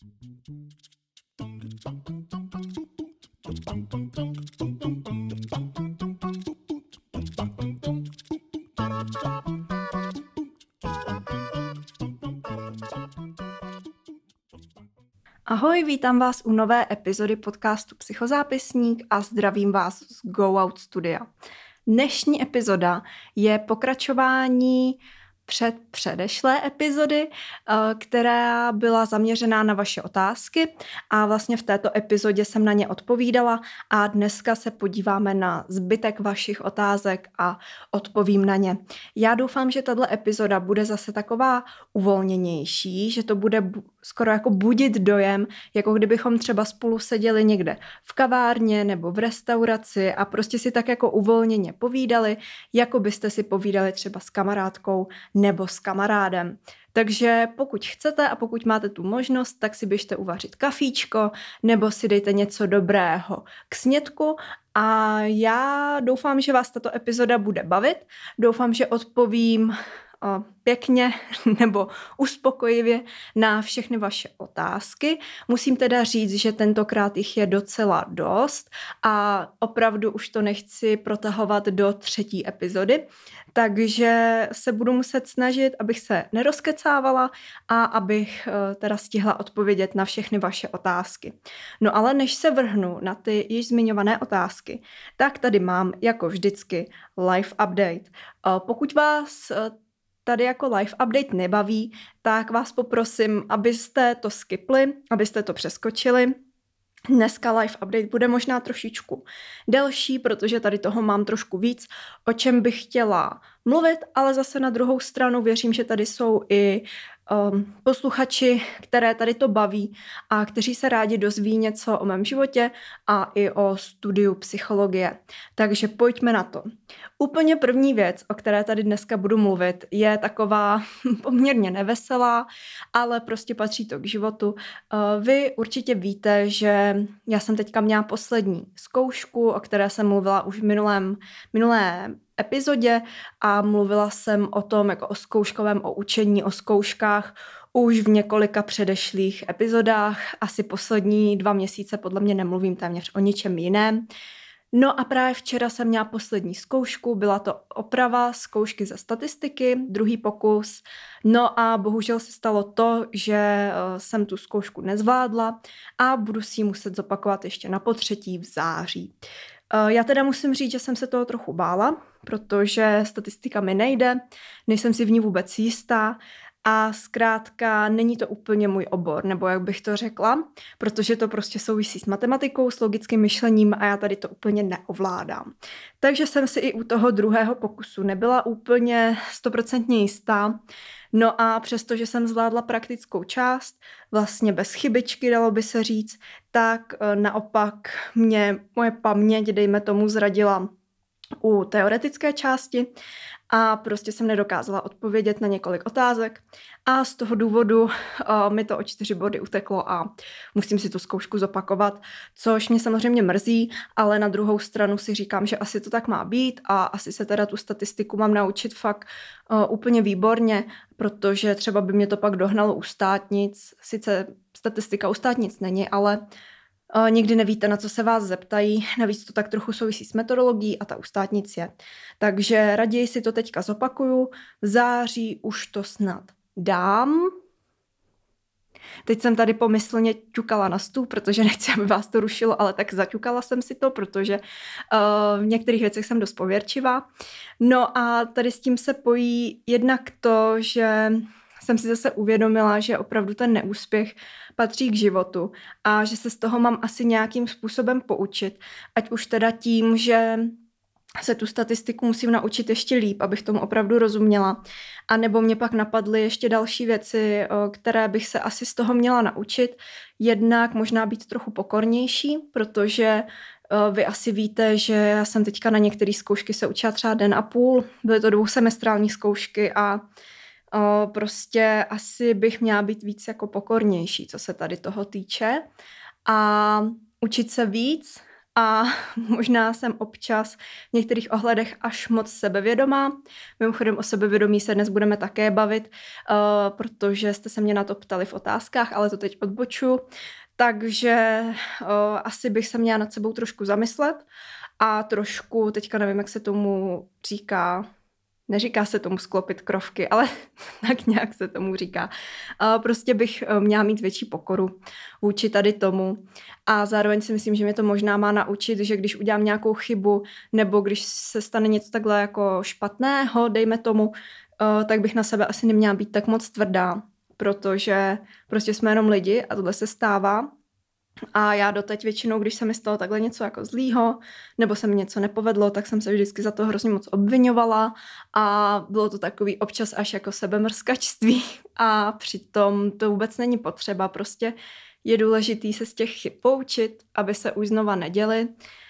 Ahoj, vítám vás u nové epizody podcastu Psychozápisník a zdravím vás z Go Out Studia. Dnešní epizoda je pokračování předešlé epizody, která byla zaměřená na vaše otázky a vlastně v této epizodě jsem na ně odpovídala a dneska se podíváme na zbytek vašich otázek a odpovím na ně. Já doufám, že tato epizoda bude zase taková uvolněnější, že to bude skoro jako budit dojem, jako kdybychom třeba spolu seděli někde v kavárně nebo v restauraci a prostě si tak jako uvolněně povídali, jako byste si povídali třeba s kamarádkou nebo s kamarádem. Takže pokud chcete a pokud máte tu možnost, tak si běžte uvařit kafíčko nebo si dejte něco dobrého k snědku a já doufám, že vás tato epizoda bude bavit. Doufám, že odpovím pěkně nebo uspokojivě na všechny vaše otázky. Musím teda říct, že tentokrát jich je docela dost a opravdu už to nechci protahovat do 3. epizody, takže se budu muset snažit, abych se nerozkecávala a abych teda stihla odpovědět na všechny vaše otázky. No ale než se vrhnu na ty již zmiňované otázky, tak tady mám jako vždycky live update. Pokud vás tady jako live update nebaví, tak vás poprosím, abyste to skipli, abyste to přeskočili. Dneska live update bude možná trošičku delší, protože tady toho mám trošku víc, o čem bych chtěla mluvit, ale zase na druhou stranu věřím, že tady jsou i posluchači, které tady to baví a kteří se rádi dozví něco o mém životě a i o studiu psychologie. Takže pojďme na to. Úplně první věc, o které tady dneska budu mluvit, je taková poměrně neveselá, ale prostě patří to k životu. Vy určitě víte, že já jsem teďka měla poslední zkoušku, o které jsem mluvila už v minulé epizodě a mluvila jsem o tom jako o zkouškovém, o učení, o zkouškách už v několika předešlých epizodách. Asi poslední 2 měsíce podle mě nemluvím téměř o ničem jiném. No a právě včera jsem měla poslední zkoušku, byla to oprava zkoušky ze statistiky, 2. pokus. No a bohužel se stalo to, že jsem tu zkoušku nezvládla a budu si ji muset zopakovat ještě na potřetí v září. Já teda musím říct, že jsem se toho trochu bála, protože statistika mi nejde, nejsem si v ní vůbec jistá a zkrátka není to úplně můj obor, nebo jak bych to řekla, protože to prostě souvisí s matematikou, s logickým myšlením a já tady to úplně neovládám. Takže jsem si i u toho 2. pokusu nebyla úplně 100% jistá. No a přestože jsem zvládla praktickou část, vlastně bez chybičky, dalo by se říct, tak naopak mě moje paměť, dejme tomu, zradila u teoretické části a prostě jsem nedokázala odpovědět na několik otázek a z toho důvodu mi to o 4 body uteklo a musím si tu zkoušku zopakovat, což mě samozřejmě mrzí, ale na druhou stranu si říkám, že asi to tak má být a asi se teda tu statistiku mám naučit fakt úplně výborně, protože třeba by mě to pak dohnalo u státnic, sice statistika u státnic není, ale nikdy nevíte, na co se vás zeptají, navíc to tak trochu souvisí s metodologií a ta u státnic je. Takže raději si to teďka zopakuju, v září už to snad dám. Teď jsem tady pomyslně ťukala na stůl, protože nechci, aby vás to rušilo, ale tak zaťukala jsem si to, protože v některých věcech jsem dost pověrčivá. No a tady s tím se pojí jednak to, že jsem si zase uvědomila, že opravdu ten neúspěch patří k životu a že se z toho mám asi nějakým způsobem poučit, ať už teda tím, že se tu statistiku musím naučit ještě líp, abych tomu opravdu rozuměla. A nebo mě pak napadly ještě další věci, které bych se asi z toho měla naučit. Jednak možná být trochu pokornější, protože vy asi víte, že já jsem teďka na některé zkoušky se učila třeba 1,5 den. Byly to 2semestrální zkoušky a prostě asi bych měla být víc jako pokornější, co se tady toho týče. A učit se víc a možná jsem občas v některých ohledech až moc sebevědomá. Mimochodem o sebevědomí se dnes budeme také bavit, protože jste se mě na to ptali v otázkách, ale to teď odboču. Takže asi bych se měla nad sebou trošku zamyslet a trošku, teďka nevím, jak se tomu říká, neříká se tomu sklopit krovky, ale tak nějak se tomu říká. Prostě bych měla mít větší pokoru vůči tady tomu a zároveň si myslím, že mě to možná má naučit, že když udělám nějakou chybu nebo když se stane něco takhle jako špatného, dejme tomu, tak bych na sebe asi neměla být tak moc tvrdá, protože prostě jsme jenom lidi a tohle se stává. A já doteď většinou, když se mi stalo takhle něco jako zlýho, nebo se mi něco nepovedlo, tak jsem se vždycky za to hrozně moc obvinovala a bylo to takový občas až jako sebemrskačství a přitom to vůbec není potřeba, prostě je důležitý se z těch chyb poučit, aby se už znova neděly.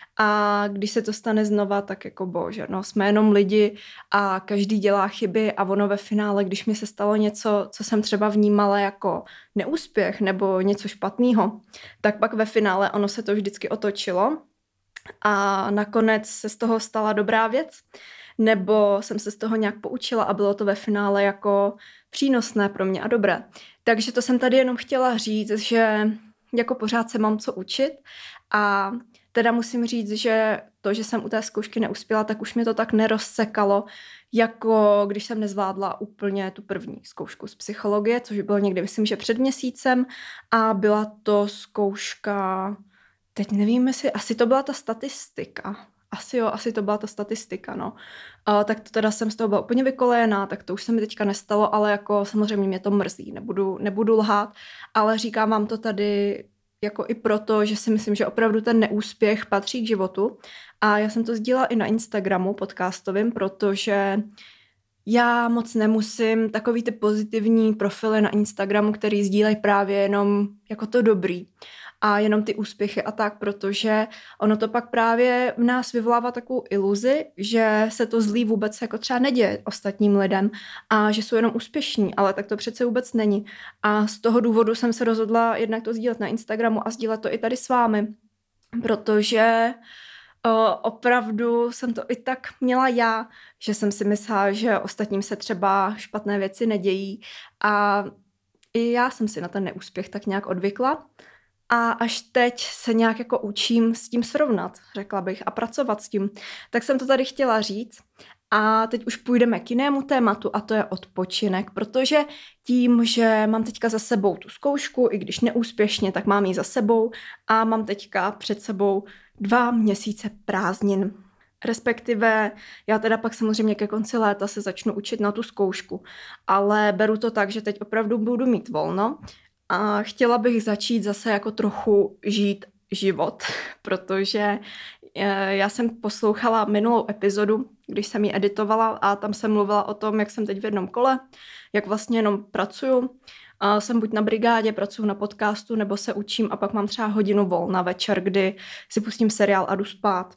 A když se to stane znova, tak jako bože, no jsme jenom lidi a každý dělá chyby a ono ve finále, když mi se stalo něco, co jsem třeba vnímala jako neúspěch nebo něco špatného, tak pak ve finále ono se to vždycky otočilo a nakonec se z toho stala dobrá věc, nebo jsem se z toho nějak poučila a bylo to ve finále jako přínosné pro mě a dobré. Takže to jsem tady jenom chtěla říct, že jako pořád se mám co učit a teda musím říct, že to, že jsem u té zkoušky neuspěla, tak už mě to tak nerozsekalo, jako když jsem nezvládla úplně tu první zkoušku z psychologie, což bylo někdy, myslím, že před měsícem a byla to zkouška, teď nevím, jestli, asi to byla ta statistika. Asi to byla ta statistika, no. Tak to teda jsem z toho byla úplně vykolejená, tak to už se mi teďka nestalo, ale jako samozřejmě mě to mrzí, nebudu lhát, ale říkám vám to tady jako i proto, že si myslím, že opravdu ten neúspěch patří k životu. A já jsem to sdílela i na Instagramu podcastovým, protože já moc nemusím takový ty pozitivní profily na Instagramu, který sdílejí právě jenom jako to dobrý a jenom ty úspěchy a tak, protože ono to pak právě v nás vyvolává takovou iluzi, že se to zlý vůbec jako třeba neděje ostatním lidem a že jsou jenom úspěšní, ale tak to přece vůbec není. A z toho důvodu jsem se rozhodla jednak to sdílet na Instagramu a sdílet to i tady s vámi, protože opravdu jsem to i tak měla já, že jsem si myslela, že ostatním se třeba špatné věci nedějí a i já jsem si na ten neúspěch tak nějak odvykla. A až teď se nějak jako učím s tím srovnat, řekla bych, a pracovat s tím. Tak jsem to tady chtěla říct. A teď už půjdeme k jinému tématu a to je odpočinek, protože tím, že mám teďka za sebou tu zkoušku, i když neúspěšně, tak mám ji za sebou a mám teďka před sebou 2 měsíce prázdnin. Respektive já teda pak samozřejmě ke konci léta se začnu učit na tu zkoušku, ale beru to tak, že teď opravdu budu mít volno. A chtěla bych začít zase jako trochu žít život, protože já jsem poslouchala minulou epizodu, když jsem ji editovala a tam jsem mluvila o tom, jak jsem teď v jednom kole, jak vlastně jenom pracuju. Jsem buď na brigádě, pracuju na podcastu, nebo se učím a pak mám třeba hodinu volna večer, kdy si pustím seriál a jdu spát.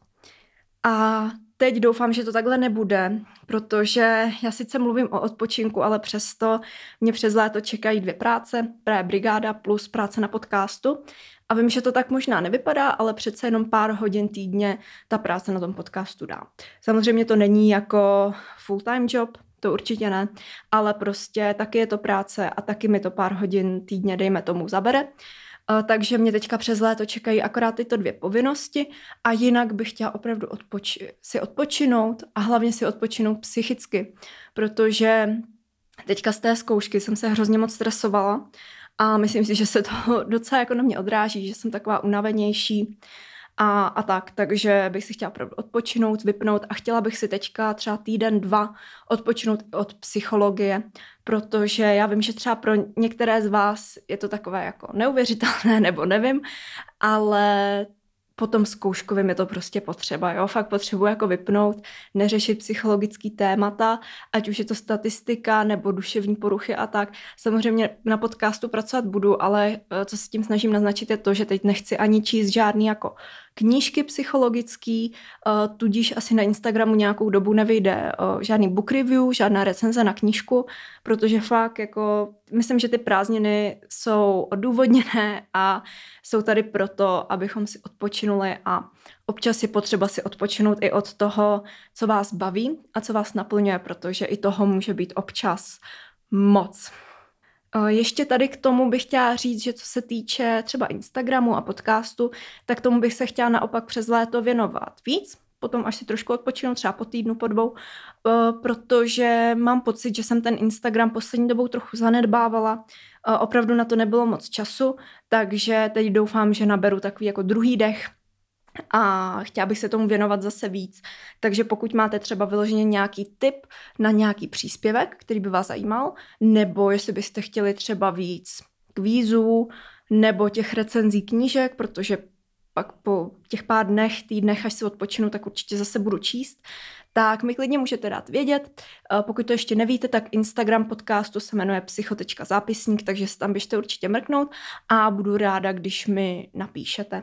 A teď doufám, že to takhle nebude, protože já sice mluvím o odpočinku, ale přesto mě přes léto čekají 2 práce, právě brigáda plus práce na podcastu. A vím, že to tak možná nevypadá, ale přece jenom pár hodin týdně ta práce na tom podcastu dá. Samozřejmě to není jako full-time job, to určitě ne, ale prostě taky je to práce a taky mi to pár hodin týdně, dejme tomu, zabere. Takže mě teďka přes léto čekají akorát tyto 2 povinnosti a jinak bych chtěla opravdu si odpočinout a hlavně si odpočinout psychicky, protože teďka z té zkoušky jsem se hrozně moc stresovala a myslím si, že se to docela jako na mě odráží, že jsem taková unavenější a tak, takže bych si chtěla opravdu odpočinout, vypnout a chtěla bych si teďka třeba 1, 2 odpočinout od psychologie, protože já vím, že třeba pro některé z vás je to takové jako neuvěřitelné, nebo nevím, ale po tom zkouškovým je to prostě potřeba, jo, fakt potřebuji jako vypnout, neřešit psychologický témata, ať už je to statistika nebo duševní poruchy a tak. Samozřejmě na podcastu pracovat budu, ale co se tím snažím naznačit je to, že teď nechci ani číst žádný jako knížky psychologické, tudíž asi na Instagramu nějakou dobu nevyjde žádný book review, žádná recenze na knížku, protože fakt jako myslím, že ty prázdniny jsou odůvodněné a jsou tady proto, abychom si odpočinuli a občas je potřeba si odpočinout i od toho, co vás baví a co vás naplňuje, protože i toho může být občas moc. Ještě tady k tomu bych chtěla říct, že co se týče třeba Instagramu a podcastu, tak tomu bych se chtěla naopak přes léto věnovat víc, potom až si trošku odpočinu, třeba po týdnu, po 2, protože mám pocit, že jsem ten Instagram poslední dobou trochu zanedbávala, opravdu na to nebylo moc času, takže teď doufám, že naberu takový jako druhý dech a chtěla bych se tomu věnovat zase víc. Takže pokud máte třeba vyloženě nějaký tip na nějaký příspěvek, který by vás zajímal, nebo jestli byste chtěli třeba víc kvízů nebo těch recenzí knížek, protože pak po těch pár dnech, týdnech, až si odpočinu, tak určitě zase budu číst, tak mi klidně můžete dát vědět. Pokud to ještě nevíte, tak Instagram podcastu se jmenuje psycho.zápisník, takže se tam běžte určitě mrknout a budu ráda, když mi napíšete.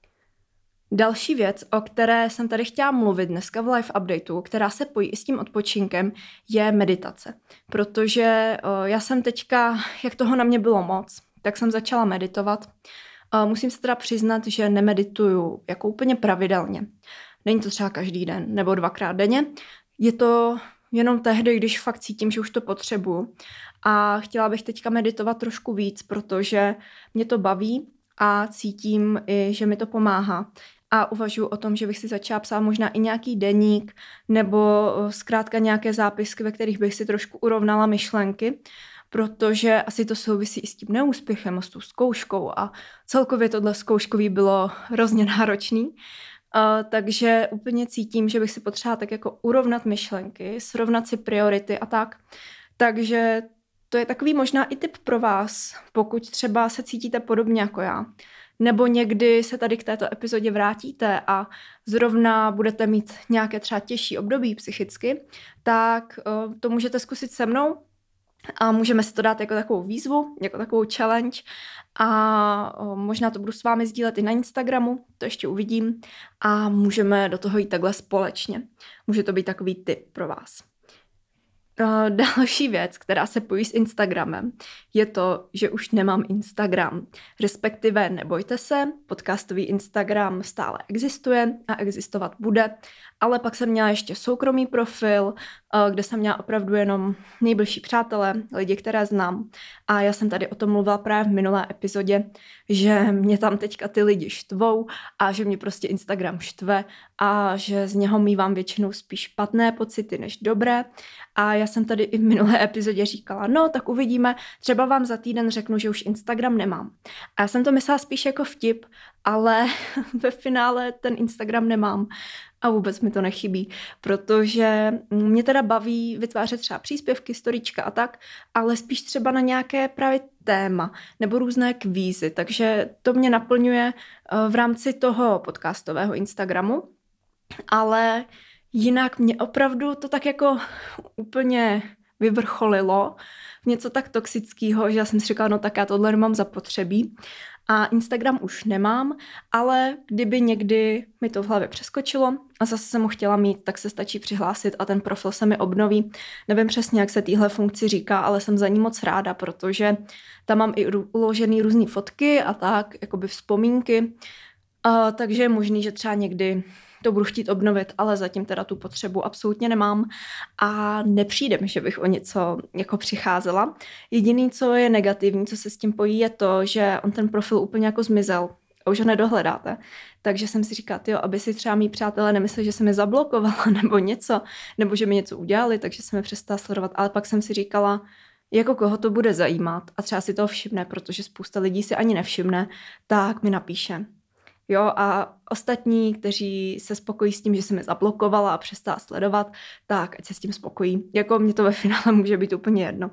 Další věc, o které jsem tady chtěla mluvit dneska v live updateu, která se pojí i s tím odpočinkem, je meditace. Protože já jsem teďka, jak toho na mě bylo moc, tak jsem začala meditovat. Musím se teda přiznat, že nemedituju jako úplně pravidelně. Není to třeba každý den nebo 2krát denně. Je to jenom tehdy, když fakt cítím, že už to potřebuju. A chtěla bych teďka meditovat trošku víc, protože mě to baví a cítím i, že mi to pomáhá. A uvažuji o tom, že bych si začala psát možná i nějaký deník nebo zkrátka nějaké zápisky, ve kterých bych si trošku urovnala myšlenky, protože asi to souvisí i s tím neúspěchem a s tou zkouškou a celkově tohle zkouškový bylo hrozně náročný. Takže úplně cítím, že bych si potřebovala tak jako urovnat myšlenky, srovnat si priority a tak. Takže to je takový možná i tip pro vás, pokud třeba se cítíte podobně jako já. Nebo někdy se tady k této epizodě vrátíte a zrovna budete mít nějaké třeba těžší období psychicky, tak to můžete zkusit se mnou a můžeme si to dát jako takovou výzvu, jako takovou challenge a možná to budu s vámi sdílet i na Instagramu, to ještě uvidím a můžeme do toho jít takhle společně. Může to být takový tip pro vás. Další věc, která se pojí s Instagramem, je to, že už nemám Instagram. Respektive nebojte se, podcastový Instagram stále existuje a existovat bude, ale pak jsem měla ještě soukromý profil, kde jsem měla opravdu jenom nejbližší přátelé, lidi, které znám. A já jsem tady o tom mluvila právě v minulé epizodě, že mě tam teďka ty lidi štvou a že mě prostě Instagram štve a že z něho mívám většinou spíš špatné pocity než dobré. A já jsem tady i v minulé epizodě říkala, no tak uvidíme, třeba vám za týden řeknu, že už Instagram nemám. A já jsem to myslela spíš jako vtip, ale ve finále ten Instagram nemám. A vůbec mi to nechybí, protože mě teda baví vytvářet třeba příspěvky, storíčka a tak, ale spíš třeba na nějaké právě téma nebo různé kvízy, takže to mě naplňuje v rámci toho podcastového Instagramu, ale jinak mě opravdu to tak jako úplně vyvrcholilo v něco tak toxického, že já jsem si říkala, no tak já tohle nemám zapotřebí. A Instagram už nemám, ale kdyby někdy mi to v hlavě přeskočilo a zase jsem ho chtěla mít, tak se stačí přihlásit a ten profil se mi obnoví. Nevím přesně, jak se téhle funkci říká, ale jsem za ní moc ráda, protože tam mám i uložený různý fotky a tak, jakoby vzpomínky. Takže je možný, že třeba někdy to budu chtít obnovit, ale zatím teda tu potřebu absolutně nemám a nepřijde mi, že bych o něco jako přicházela. Jediný, co je negativní, co se s tím pojí, je to, že on ten profil úplně jako zmizel a už ho nedohledáte. Takže jsem si říkala, aby si třeba mý přátelé nemysleli, že jsem je zablokovala nebo něco, nebo že mi něco udělali, takže jsem je přestala sledovat. Ale pak jsem si říkala, jako koho to bude zajímat a třeba si toho všimne, protože spousta lidí si ani nevšimne, tak mi napíše. Jo, a ostatní, kteří se spokojí s tím, že jsem je zablokovala a přestala sledovat, tak ať se s tím spokojí. Jako mě to ve finále může být úplně jedno.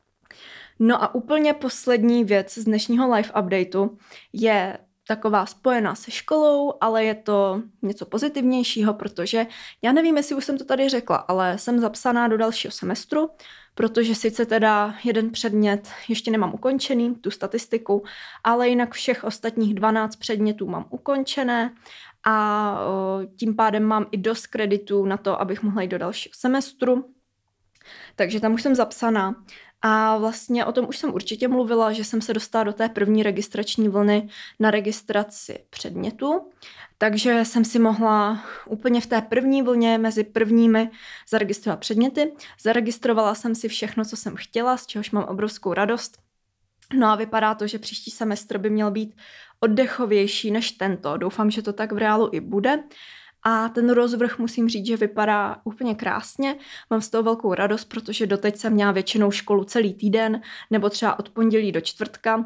No a úplně poslední věc z dnešního live updateu je taková spojená se školou, ale je to něco pozitivnějšího, protože já nevím, jestli už jsem to tady řekla, ale jsem zapsaná do dalšího semestru, protože sice teda jeden předmět ještě nemám ukončený, tu statistiku, ale jinak všech ostatních 12 předmětů mám ukončené a tím pádem mám i dost kreditů na to, abych mohla jít do dalšího semestru. Takže tam už jsem zapsaná. A vlastně o tom už jsem určitě mluvila, že jsem se dostala do té první registrační vlny na registraci předmětu. Takže jsem si mohla úplně v té první vlně mezi prvními zaregistrovat předměty. Zaregistrovala jsem si všechno, co jsem chtěla, z čehož mám obrovskou radost. No a vypadá to, že příští semestr by měl být oddechovější než tento. Doufám, že to tak v reálu i bude. A ten rozvrh musím říct, že vypadá úplně krásně. Mám z toho velkou radost, protože doteď jsem měla většinou školu celý týden, nebo třeba od pondělí do čtvrtka.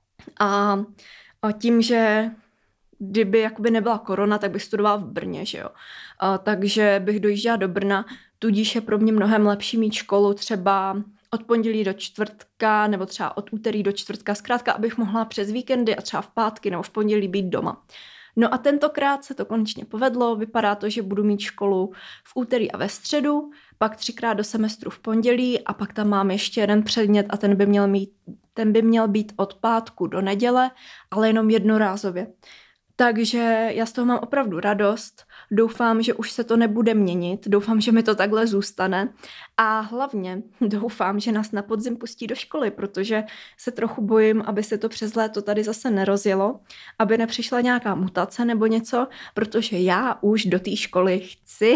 A tím, že kdyby jakoby nebyla korona, tak bych studovala v Brně, že jo. Takže bych dojížděla do Brna, tudíž je pro mě mnohem lepší mít školu třeba od pondělí do čtvrtka, nebo třeba od úterý do čtvrtka, zkrátka, abych mohla přes víkendy a třeba v pátky nebo v pondělí být doma. No a tentokrát se to konečně povedlo, vypadá to, že budu mít školu v úterý a ve středu, pak 3krát do semestru v pondělí a pak tam mám ještě jeden předmět a ten by měl být od pátku do neděle, ale jenom jednorázově. Takže já z toho mám opravdu radost, doufám, že už se to nebude měnit, doufám, že mi to takhle zůstane a hlavně doufám, že nás na podzim pustí do školy, protože se trochu bojím, aby se to přes léto tady zase nerozjelo, aby nepřišla nějaká mutace nebo něco, protože já už do té školy chci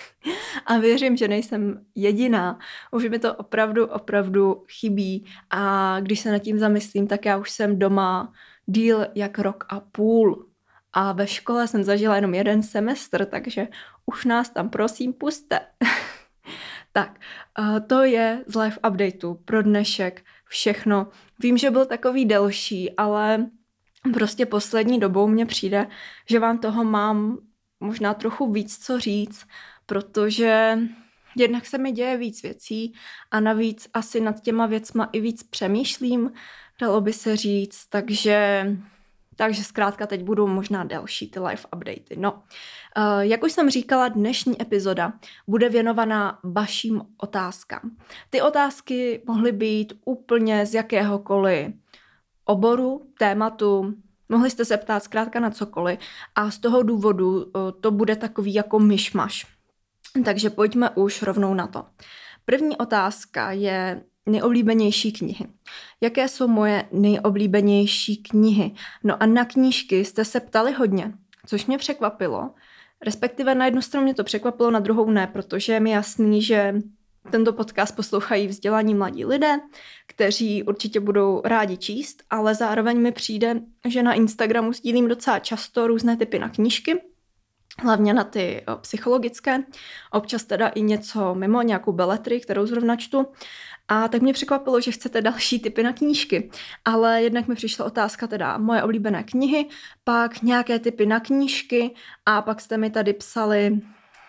a věřím, že nejsem jediná. Už mi to opravdu chybí a když se nad tím zamyslím, tak já už jsem doma díl jak rok a půl. A ve škole jsem zažila jenom jeden semestr, takže už nás tam prosím pusťte. Tak, to je z live updateu pro dnešek všechno. Vím, že byl takový delší, ale prostě poslední dobou mně přijde, že vám toho mám možná trochu víc co říct, protože jednak se mi děje víc věcí a navíc asi nad těma věcma i víc přemýšlím, dalo by se říct, takže zkrátka teď budou možná delší ty live updaty. No, jak už jsem říkala, dnešní epizoda bude věnovaná vašim otázkám. Ty otázky mohly být úplně z jakéhokoliv oboru, tématu, mohli jste se ptát zkrátka na cokoliv a z toho důvodu to bude takový jako myšmaš. Takže pojďme už rovnou na to. První otázka je nejoblíbenější knihy. Jaké jsou moje nejoblíbenější knihy? No a na knížky jste se ptali hodně, což mě překvapilo. Respektive na jednu stranu mě to překvapilo, na druhou ne, protože je mi jasný, že tento podcast poslouchají vzdělaní mladí lidé, kteří určitě budou rádi číst, ale zároveň mi přijde, že na Instagramu sdílím docela často různé typy na knížky, hlavně na ty psychologické, občas teda i něco mimo, nějakou beletrii, kterou zrovna čtu. A tak mě překvapilo, že chcete další tipy na knížky. Ale jednak mi přišla otázka teda moje oblíbené knihy, pak nějaké tipy na knížky a pak jste mi tady psali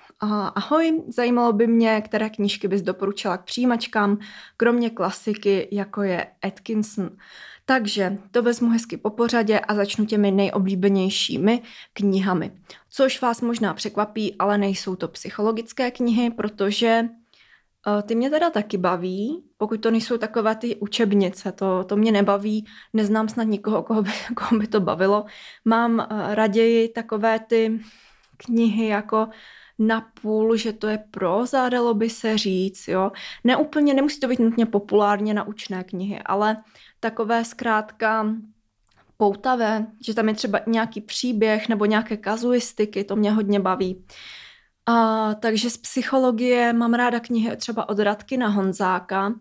ahoj, zajímalo by mě, které knížky bys doporučila k přijímačkám, kromě klasiky, jako je Atkinson. Takže to vezmu hezky po pořadě a začnu těmi nejoblíbenějšími knihami. Což vás možná překvapí, ale nejsou to psychologické knihy, protože ty mě teda taky baví, pokud to nejsou takové ty učebnice, to mě nebaví, neznám snad nikoho, koho by to bavilo. Mám raději takové ty knihy jako napůl, že to je próza, dalo by se říct, jo. Neúplně, nemusí to být nutně populárně naučné knihy, ale takové zkrátka poutavé, že tam je třeba nějaký příběh nebo nějaké kazuistiky, to mě hodně baví. Takže z psychologie mám ráda knihy třeba od Radkina Honzáka,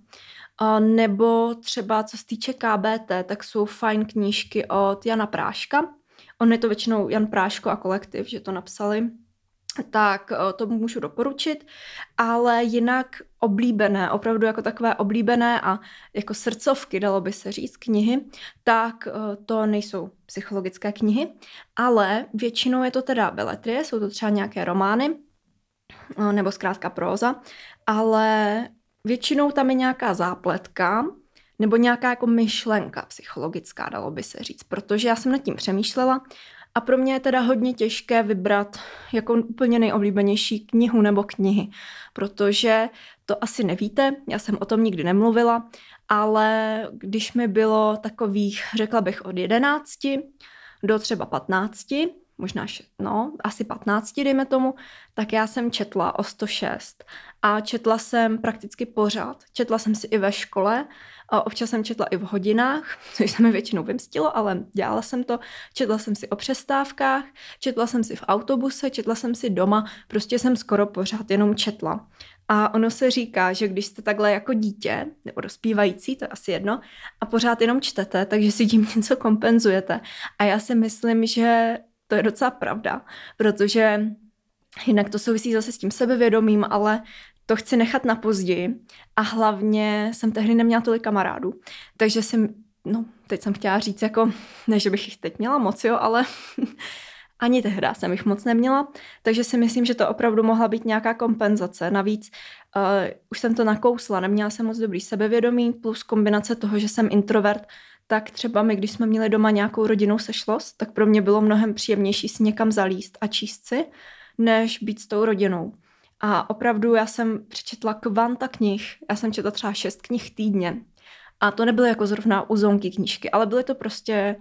nebo třeba co se týče KBT, tak jsou fajn knížky od Jana Práška. On je to většinou Jan Práško a kolektiv, že to napsali. Tak to můžu doporučit, ale jinak oblíbené, opravdu jako takové oblíbené a jako srdcovky, dalo by se říct, knihy, tak to nejsou psychologické knihy, ale většinou je to teda beletrie, jsou to třeba nějaké romány, nebo zkrátka próza, ale většinou tam je nějaká zápletka, nebo nějaká jako myšlenka psychologická, dalo by se říct, protože já jsem nad tím přemýšlela a pro mě je teda hodně těžké vybrat jako úplně nejoblíbenější knihu nebo knihy, protože to asi nevíte, já jsem o tom nikdy nemluvila, ale když mi bylo takových, řekla bych, od 11 do třeba 15, možná asi 15, dejme tomu, tak já jsem četla o 106 a četla jsem prakticky pořád. Četla jsem si i ve škole, a občas jsem četla i v hodinách, což se mi většinou vymstilo, ale dělala jsem to. Četla jsem si o přestávkách, četla jsem si v autobuse, četla jsem si doma, prostě jsem skoro pořád jenom četla. A ono se říká, že když jste takhle jako dítě, nebo dospívající, to je asi jedno, a pořád jenom čtete, takže si tím něco kompenzujete. A já si myslím, že to je docela pravda, protože jinak to souvisí zase s tím sebevědomím, ale to chci nechat na později. A hlavně jsem tehdy neměla tolik kamarádů, takže teď jsem chtěla říct, jako, ne, že bych jich teď měla moc, jo, ale ani tehdy jsem jich moc neměla, takže si myslím, že to opravdu mohla být nějaká kompenzace. Navíc už jsem to nakousla, neměla jsem moc dobrý sebevědomí, plus kombinace toho, že jsem introvert, tak třeba my, když jsme měli doma nějakou rodinnou sešlost, tak pro mě bylo mnohem příjemnější si někam zalíst a číst si, než být s tou rodinou. A opravdu já jsem přečetla kvanta knih, já jsem četla třeba 6 knih týdně. A to nebyly jako zrovna uzonky knížky, ale byly to prostě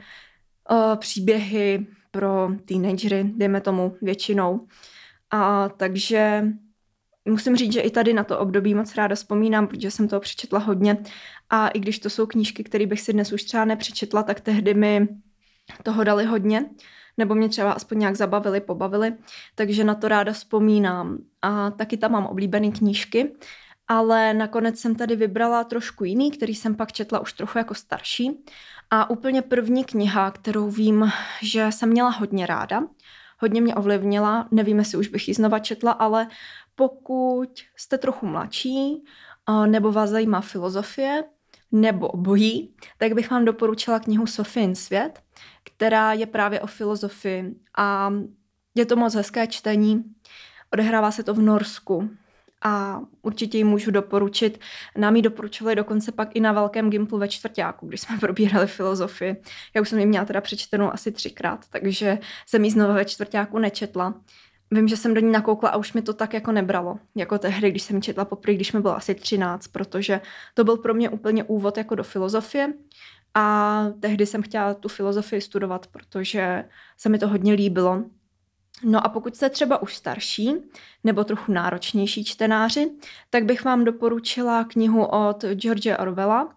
příběhy pro teenagery, dejme tomu většinou. A takže musím říct, že i tady na to období moc ráda vzpomínám, protože jsem toho přečetla hodně. A i když to jsou knížky, které bych si dnes už třeba nepřečetla, tak tehdy mi toho dali hodně, nebo mě třeba aspoň nějak zabavili, pobavili, takže na to ráda vzpomínám. A taky tam mám oblíbené knížky, ale nakonec jsem tady vybrala trošku jiný, který jsem pak četla už trochu jako starší. A úplně první kniha, kterou vím, že jsem měla hodně ráda, hodně mě ovlivnila, nevím, jestli už bych ji znova četla, ale pokud jste trochu mladší, nebo vás zajímá filozofie, nebo obojí, tak bych vám doporučila knihu Sofijn svět, která je právě o filozofii a je to moc hezké čtení. Odehrává se to v Norsku a určitě ji můžu doporučit. Nám ji doporučovali dokonce pak i na velkém gimplu ve čtvrťáku, když jsme probírali filozofii. Já už jsem ji měla teda přečtenou asi 3krát, takže jsem ji znovu ve čtvrťáku nečetla. Vím, že jsem do ní nakoukla a už mi to tak jako nebralo, jako tehdy, když jsem ji četla poprvé, když mi bylo asi 13, protože to byl pro mě úplně úvod jako do filozofie a tehdy jsem chtěla tu filozofii studovat, protože se mi to hodně líbilo. No a pokud jste třeba už starší nebo trochu náročnější čtenáři, tak bych vám doporučila knihu od George Orwella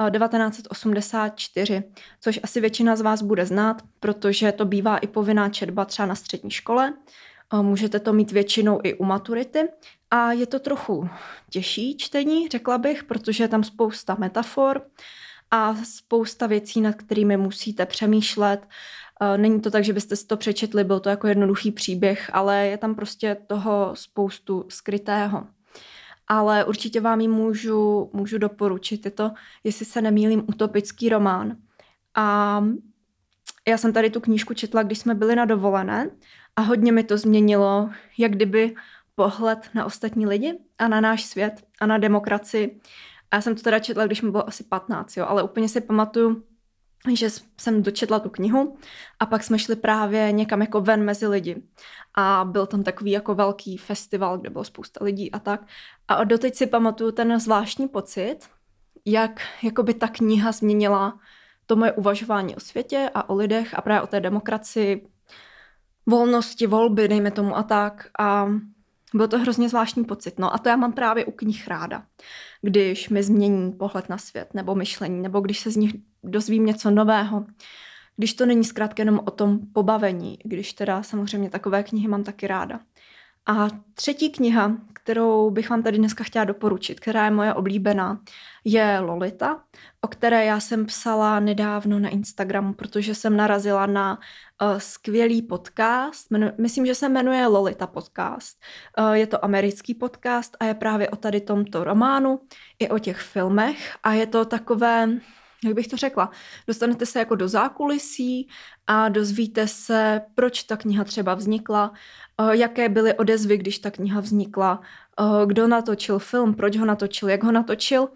1984, což asi většina z vás bude znát, protože to bývá i povinná četba třeba na střední škole. Můžete to mít většinou i u maturity a je to trochu těžší čtení, řekla bych, protože je tam spousta metafor a spousta věcí, nad kterými musíte přemýšlet. Není to tak, že byste si to přečetli, byl to jako jednoduchý příběh, ale je tam prostě toho spoustu skrytého. Ale určitě vám ji můžu doporučit. Je to, jestli se nemýlím, utopický román. A já jsem tady tu knížku četla, když jsme byli na dovolené a hodně mi to změnilo, jak kdyby pohled na ostatní lidi a na náš svět a na demokracii. A já jsem to teda četla, když mi bylo asi 15, jo, ale úplně si pamatuju, že jsem dočetla tu knihu a pak jsme šli právě někam jako ven mezi lidi. A byl tam takový jako velký festival, kde bylo spousta lidí a tak. A doteď si pamatuju ten zvláštní pocit, jak jakoby ta kniha změnila to moje uvažování o světě a o lidech a právě o té demokracii, volnosti, volby, dejme tomu a tak. A byl to hrozně zvláštní pocit. No a to já mám právě u knih ráda. Když mi změní pohled na svět nebo myšlení, nebo když se z nich dozvím něco nového. Když to není zkrátka jenom o tom pobavení, když teda samozřejmě takové knihy mám taky ráda. A třetí kniha, kterou bych vám tady dneska chtěla doporučit, která je moje oblíbená, je Lolita, o které já jsem psala nedávno na Instagramu, protože jsem narazila na skvělý podcast. Myslím, že se jmenuje Lolita podcast. Je to americký podcast a je právě o tady tomto románu i o těch filmech a je to takové, jak bych to řekla, dostanete se jako do zákulisí a dozvíte se, proč ta kniha třeba vznikla, jaké byly odezvy, když ta kniha vznikla, kdo natočil film, proč ho natočil, jak ho natočil.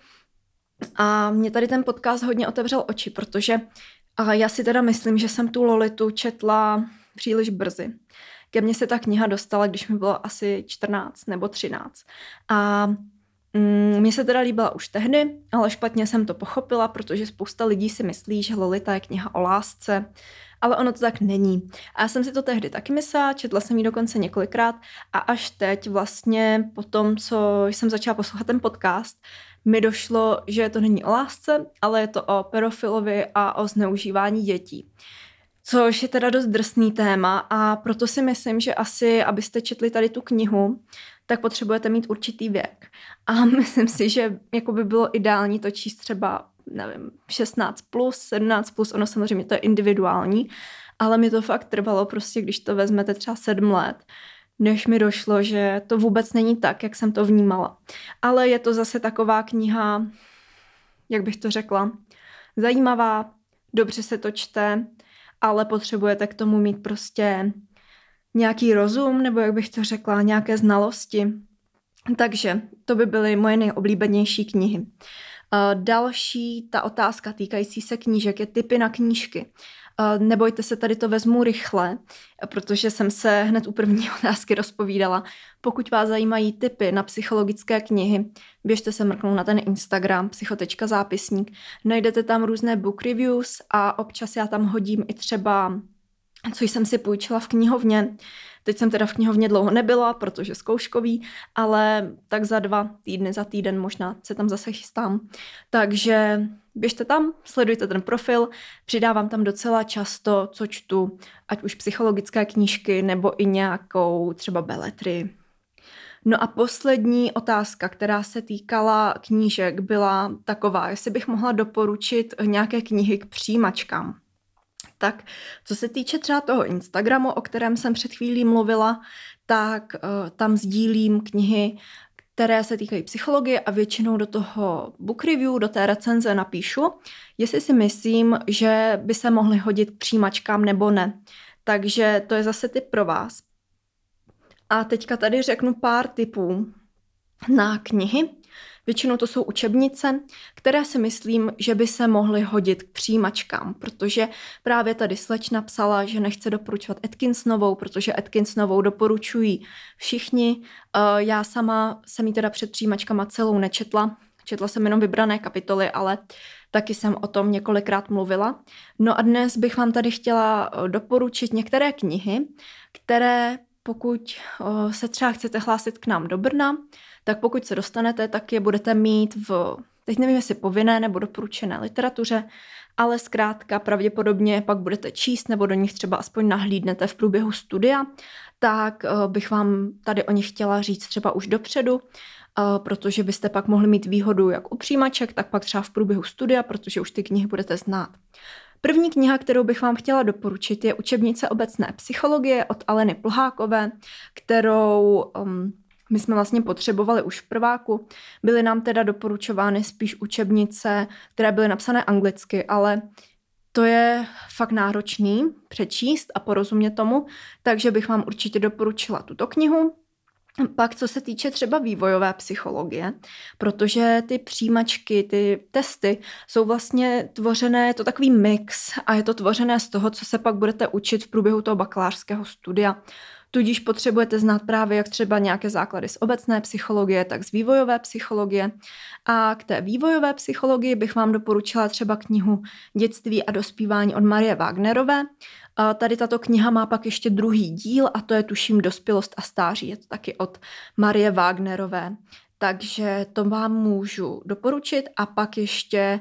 A mě tady ten podcast hodně otevřel oči, protože já si teda myslím, že jsem tu Lolitu četla příliš brzy. Ke mně se ta kniha dostala, když mi bylo asi 14 nebo 13. A mně se teda líbila už tehdy, ale špatně jsem to pochopila, protože spousta lidí si myslí, že Lolita je kniha o lásce ale ono to tak není. A já jsem si to tehdy taky myslela, četla jsem ji dokonce několikrát a až teď vlastně po tom, co jsem začala poslouchat ten podcast, mi došlo, že to není o lásce, ale je to o pedofilovi a o zneužívání dětí. Což je teda dost drsný téma a proto si myslím, že asi, abyste četli tady tu knihu, tak potřebujete mít určitý věk. A myslím si, že jako by bylo ideální to číst třeba, nevím, 16 plus, 17 plus, ono samozřejmě to je individuální, ale mi to fakt trvalo prostě, když to vezmete třeba 7 let, než mi došlo, že to vůbec není tak, jak jsem to vnímala. Ale je to zase taková kniha, jak bych to řekla, zajímavá, dobře se to čte, ale potřebujete k tomu mít prostě nějaký rozum, nebo jak bych to řekla, nějaké znalosti. Takže to by byly moje nejoblíbenější knihy. Další ta otázka týkající se knížek je tipy na knížky. Nebojte se, tady to vezmu rychle, protože jsem se hned u první otázky rozpovídala. Pokud vás zajímají tipy na psychologické knihy, běžte se mrknout na ten Instagram psycho.zápisník. Najdete tam různé book reviews a občas já tam hodím i třeba, co jsem si půjčila v knihovně. Teď jsem teda v knihovně dlouho nebyla, protože zkouškový, ale tak za 2 týdny, za týden možná se tam zase chystám. Takže běžte tam, sledujte ten profil, přidávám tam docela často, co čtu, ať už psychologické knížky, nebo i nějakou třeba beletrii. No a poslední otázka, která se týkala knížek, byla taková, jestli bych mohla doporučit nějaké knihy k přijímačkám. Tak co se týče třeba toho Instagramu, o kterém jsem před chvílí mluvila, tak tam sdílím knihy, které se týkají psychologie a většinou do toho book review, do té recenze napíšu, jestli si myslím, že by se mohly hodit k přijímačkám nebo ne. Takže to je zase tip pro vás. A teďka tady řeknu pár tipů na knihy. Většinou to jsou učebnice, které si myslím, že by se mohly hodit k přijímačkám, protože právě tady slečna psala, že nechce doporučovat Atkinsonovou, protože Atkinsonovou doporučují všichni. Já sama jsem ji teda před přijímačkama celou nečetla, četla jsem jenom vybrané kapitoly, ale taky jsem o tom několikrát mluvila. No a dnes bych vám tady chtěla doporučit některé knihy, které pokud se třeba chcete hlásit k nám do Brna, tak pokud se dostanete, tak je budete mít teď nevím, jestli povinné nebo doporučené literatuře, ale zkrátka pravděpodobně pak budete číst nebo do nich třeba aspoň nahlídnete v průběhu studia, tak bych vám tady o nich chtěla říct třeba už dopředu, protože byste pak mohli mít výhodu jak u přijímaček, tak pak třeba v průběhu studia, protože už ty knihy budete znát. První kniha, kterou bych vám chtěla doporučit, je Učebnice obecné psychologie od Aleny Plhákové, kterou my jsme vlastně potřebovali už v prváku. Byly nám teda doporučovány spíš učebnice, které byly napsané anglicky, ale to je fakt náročný přečíst a porozumět tomu, takže bych vám určitě doporučila tuto knihu. Pak co se týče třeba vývojové psychologie, protože ty přijímačky, ty testy jsou vlastně tvořené, je to takový mix a je to tvořené z toho, co se pak budete učit v průběhu toho bakalářského studia. Tudíž potřebujete znát právě jak třeba nějaké základy z obecné psychologie, tak z vývojové psychologie. A k té vývojové psychologii bych vám doporučila třeba knihu Dětství a dospívání od Marie Wagnerové. Tady tato kniha má pak ještě druhý díl a to je tuším Dospělost a stáří. Je to taky od Marie Wagnerové. Takže to vám můžu doporučit. A pak ještě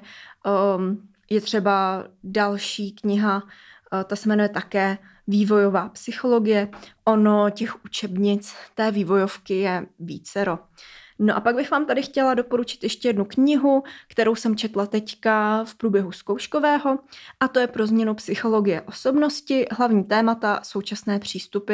je třeba další kniha, ta se jmenuje také Vývojová psychologie. Ono těch učebnic té vývojovky je vícero. No a pak bych vám tady chtěla doporučit ještě jednu knihu, kterou jsem četla teďka v průběhu zkouškového, a to je Pro změnu psychologie osobnosti, hlavní témata, současné přístupy.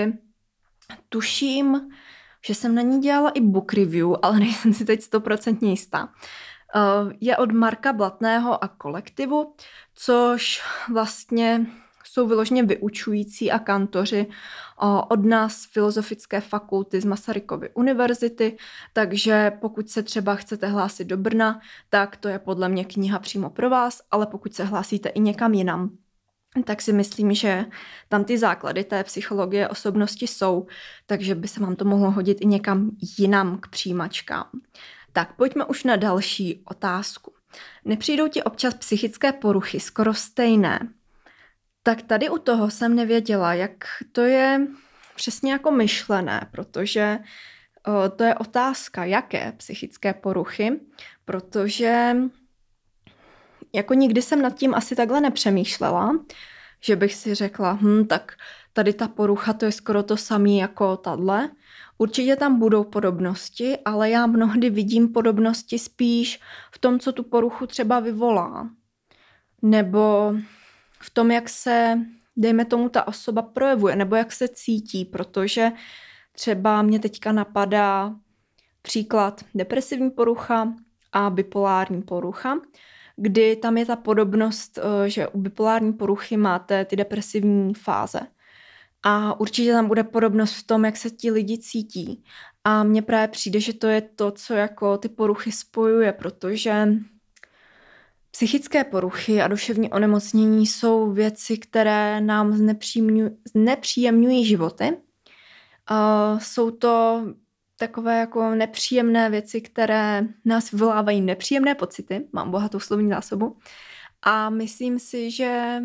Tuším, že jsem na ní dělala i book review, ale nejsem si teď 100% jistá. Je od Marka Blatného a kolektivu, což vlastně jsou vyloženě vyučující a kantoři od nás z Filozofické fakulty z Masarykovy univerzity, takže pokud se třeba chcete hlásit do Brna, tak to je podle mě kniha přímo pro vás, ale pokud se hlásíte i někam jinam, tak si myslím, že tam ty základy té psychologie osobnosti jsou, takže by se vám to mohlo hodit i někam jinam k přijímačkám. Tak pojďme už na další otázku. Nepřijdou ti občas psychické poruchy skoro stejné? Tak tady u toho jsem nevěděla, jak to je přesně jako myšlené, protože to je otázka, jaké psychické poruchy, protože jako nikdy jsem nad tím asi takhle nepřemýšlela, že bych si řekla, tak tady ta porucha to je skoro to samé jako tahle. Určitě tam budou podobnosti, ale já mnohdy vidím podobnosti spíš v tom, co tu poruchu třeba vyvolá. Nebo v tom, jak se, dejme tomu, ta osoba projevuje, nebo jak se cítí, protože třeba mě teďka napadá příklad depresivní porucha a bipolární porucha, kdy tam je ta podobnost, že u bipolární poruchy máte ty depresivní fáze. A určitě tam bude podobnost v tom, jak se ti lidi cítí. A mně právě přijde, že to je to, co jako ty poruchy spojuje, protože psychické poruchy a duševní onemocnění jsou věci, které nám znepříjemňují životy. Jsou to takové jako nepříjemné věci, které nás vyvolávají nepříjemné pocity. Mám bohatou slovní zásobu. A myslím si, že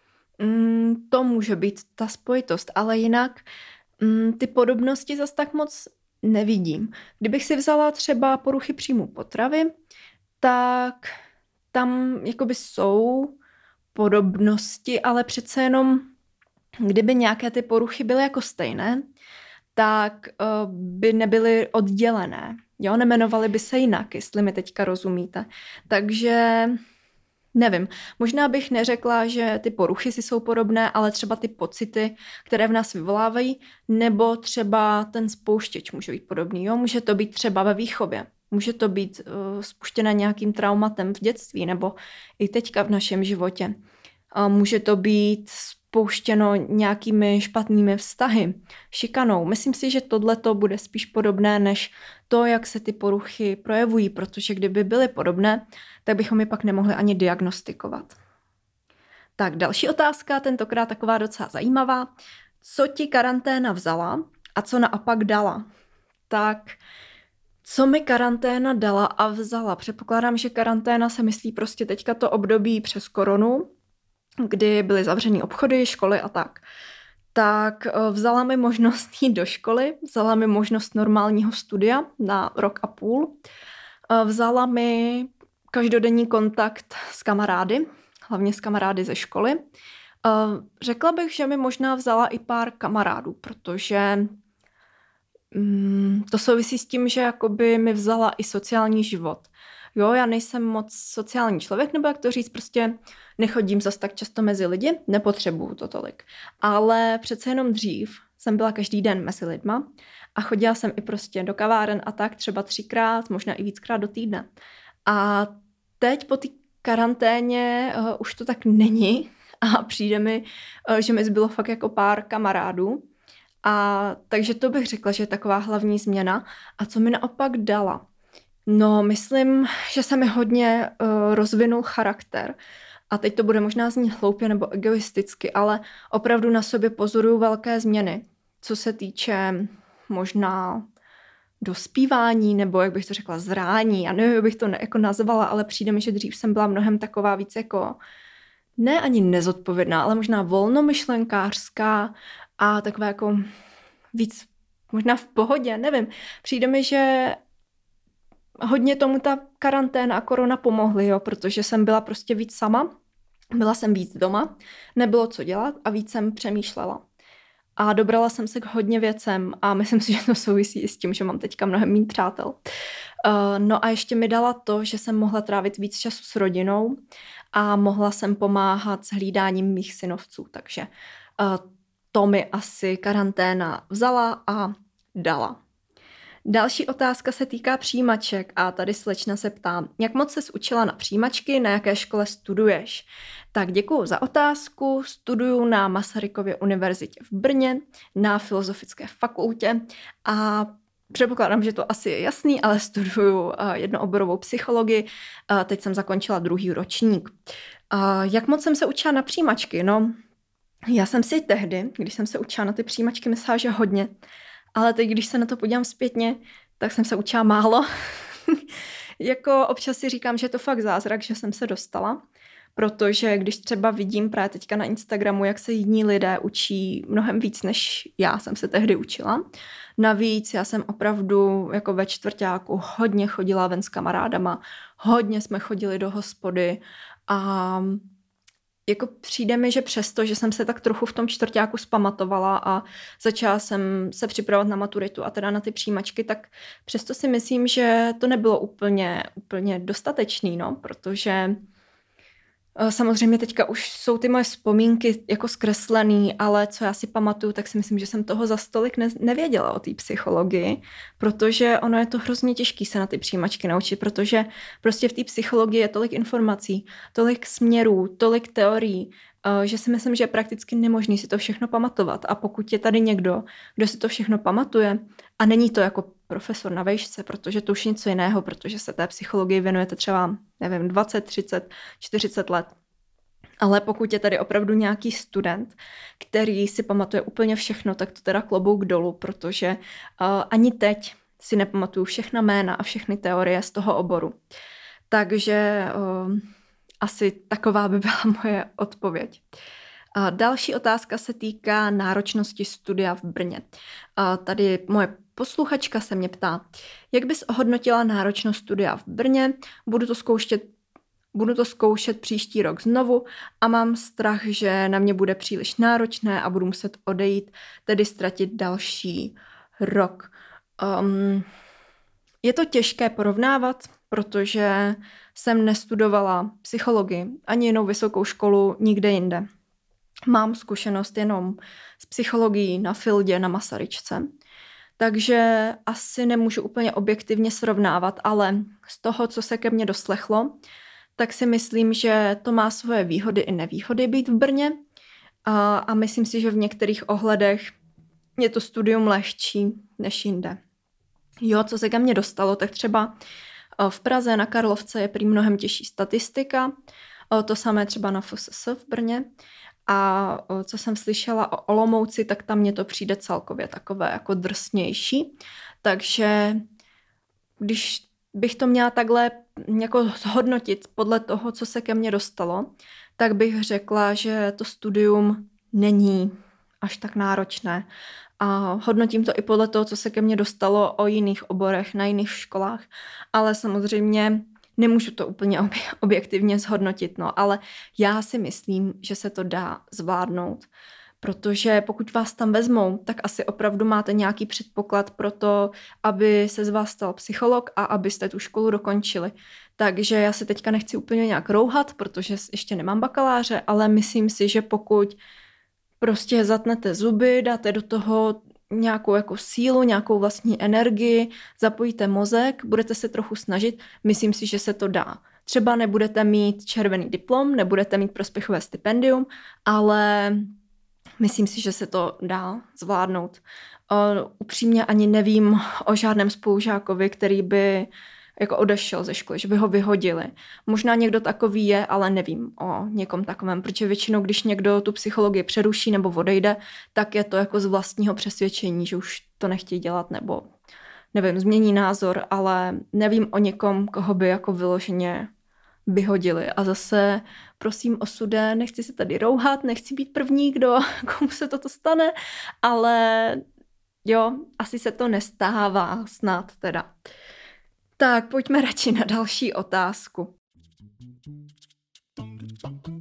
to může být ta spojitost, ale jinak ty podobnosti zas tak moc nevidím. Kdybych si vzala třeba poruchy příjmu potravy, tak tam jakoby jsou podobnosti, ale přece jenom, kdyby nějaké ty poruchy byly jako stejné, tak by nebyly oddělené. Jo, nejmenovaly by se jinak, jestli mi teďka rozumíte. Takže nevím, možná bych neřekla, že ty poruchy si jsou podobné, ale třeba ty pocity, které v nás vyvolávají, nebo třeba ten spouštěč může být podobný. Jo? Může to být třeba ve výchově. Může to být spuštěné nějakým traumatem v dětství nebo i teďka v našem životě. Může to být spouštěno nějakými špatnými vztahy, šikanou. Myslím si, že tohleto bude spíš podobné, než to, jak se ty poruchy projevují, protože kdyby byly podobné, tak bychom je pak nemohli ani diagnostikovat. Tak další otázka, tentokrát taková docela zajímavá. Co ti karanténa vzala a co naopak dala? Tak co mi karanténa dala a vzala? Předpokládám, že karanténa se myslí prostě teďka to období přes koronu, kdy byly zavřený obchody, školy a tak. Tak vzala mi možnost jít do školy, vzala mi možnost normálního studia na 1,5 roku, vzala mi každodenní kontakt s kamarády, hlavně s kamarády ze školy. Řekla bych, že mi možná vzala i pár kamarádů, protože to souvisí s tím, že jakoby mi vzala i sociální život. Jo, já nejsem moc sociální člověk, nebo jak to říct, prostě nechodím zas tak často mezi lidi, nepotřebuju to tolik. Ale přece jenom dřív jsem byla každý den mezi lidma a chodila jsem i prostě do kaváren a tak třeba 3krát, možná i víckrát do týdne. A teď po té karanténě už to tak není a přijde mi, že mi zbylo fakt jako pár kamarádů. A takže to bych řekla, že je taková hlavní změna. A co mi naopak dala? No, myslím, že se mi hodně rozvinul charakter. A teď to bude možná znít hloupě nebo egoisticky, ale opravdu na sobě pozoruju velké změny, co se týče možná dospívání, nebo jak bych to řekla, zrání. Já nevím, jak bych to jako nazvala, ale přijde mi, že dřív jsem byla mnohem taková víc jako, ne ani nezodpovědná, ale možná volnomyšlenkářská a taková jako víc možná v pohodě, nevím. Přijde mi, že hodně tomu ta karanténa a korona pomohly, jo, protože jsem byla prostě víc sama, byla jsem víc doma, nebylo co dělat a víc jsem přemýšlela. A dobrala jsem se k hodně věcem a myslím si, že to souvisí i s tím, že mám teďka mnohem méně přátel. No a ještě mi dala to, že jsem mohla trávit víc času s rodinou a mohla jsem pomáhat s hlídáním mých synovců, takže to mi asi karanténa vzala a dala. Další otázka se týká přijímaček a tady slečna se ptá, jak moc ses učila na přijímačky, na jaké škole studuješ? Tak děkuju za otázku, studuju na Masarykově univerzitě v Brně, na Filozofické fakultě a předpokládám, že to asi je jasný, ale studuju jednooborovou psychologii, teď jsem zakončila 2. ročník. Jak moc jsem se učila na přijímačky? No, já jsem si tehdy, když jsem se učila na ty přijímačky, myslela, že hodně. Ale teď, když se na to podívám zpětně, tak jsem se učila málo. Jako občas si říkám, že je to fakt zázrak, že jsem se dostala, protože když třeba vidím právě teďka na Instagramu, jak se jiní lidé učí mnohem víc, než já jsem se tehdy učila. Navíc já jsem opravdu jako ve čtvrťáku hodně chodila ven s kamarádama, hodně jsme chodili do hospody a jako přijde mi, že přesto, že jsem se tak trochu v tom čtvrťáku zpamatovala a začala jsem se připravovat na maturitu a teda na ty přijímačky, tak přesto si myslím, že to nebylo úplně dostatečný, no, protože samozřejmě teďka už jsou ty moje vzpomínky jako zkreslený, ale co já si pamatuju, tak si myslím, že jsem toho za stolik nevěděla o té psychologii, protože ono je to hrozně těžké se na ty přijímačky naučit, protože prostě v té psychologii je tolik informací, tolik směrů, tolik teorií, že si myslím, že je prakticky nemožný si to všechno pamatovat. A pokud je tady někdo, kdo si to všechno pamatuje, a není to jako profesor na vejšce, protože to už je něco jiného, protože se té psychologii věnujete třeba, nevím, 20, 30, 40 let. Ale pokud je tady opravdu nějaký student, který si pamatuje úplně všechno, tak to teda klobouk dolů, protože ani teď si nepamatuju všechna jména a všechny teorie z toho oboru. Takže asi taková by byla moje odpověď. Další otázka se týká náročnosti studia v Brně. Tady moje posluchačka se mě ptá, jak bys ohodnotila náročnost studia v Brně? Budu to zkoušet příští rok znovu a mám strach, že na mě bude příliš náročné a budu muset odejít, tedy ztratit další rok. Je to těžké porovnávat, protože jsem nestudovala psychologii ani jinou vysokou školu nikde jinde. Mám zkušenost jenom s psychologií na Fieldě, na Masaryčce. Takže asi nemůžu úplně objektivně srovnávat, ale z toho, co se ke mně doslechlo, tak si myslím, že to má svoje výhody i nevýhody být v Brně. A myslím si, že v některých ohledech je to studium lehčí než jinde. Jo, co se ke mně dostalo, tak třeba v Praze na Karlovce je prý mnohem těžší statistika, to samé třeba na FSS v Brně. A co jsem slyšela o Olomouci, tak tam mně to přijde celkově takové jako drsnější. Takže když bych to měla takhle jako zhodnotit podle toho, co se ke mně dostalo, tak bych řekla, že to studium není až tak náročné. A hodnotím to i podle toho, co se ke mně dostalo o jiných oborech na jiných školách. Ale samozřejmě nemůžu to úplně objektivně zhodnotit, no, ale já si myslím, že se to dá zvládnout, protože pokud vás tam vezmou, tak asi opravdu máte nějaký předpoklad pro to, aby se z vás stal psycholog a abyste tu školu dokončili. Takže já se teďka nechci úplně nějak rouhat, protože ještě nemám bakaláře, ale myslím si, že pokud prostě zatnete zuby, dáte do toho nějakou jako sílu, nějakou vlastní energii, zapojíte mozek, budete se trochu snažit, myslím si, že se to dá. Třeba nebudete mít červený diplom, nebudete mít prospěchové stipendium, ale myslím si, že se to dá zvládnout. Upřímně ani nevím o žádném spolužákovi, který by jako odešel ze školy, že by ho vyhodili. Možná někdo takový je, ale nevím o někom takovém, protože většinou, když někdo tu psychologii přeruší nebo odejde, tak je to jako z vlastního přesvědčení, že už to nechtějí dělat nebo nevím, změní názor, ale nevím o někom, koho by jako vyloženě vyhodili. A zase, prosím, osude, nechci se tady rouhat, nechci být první, komu se toto stane, ale jo, asi se to nestává snad teda. Tak, pojďme radši na další otázku.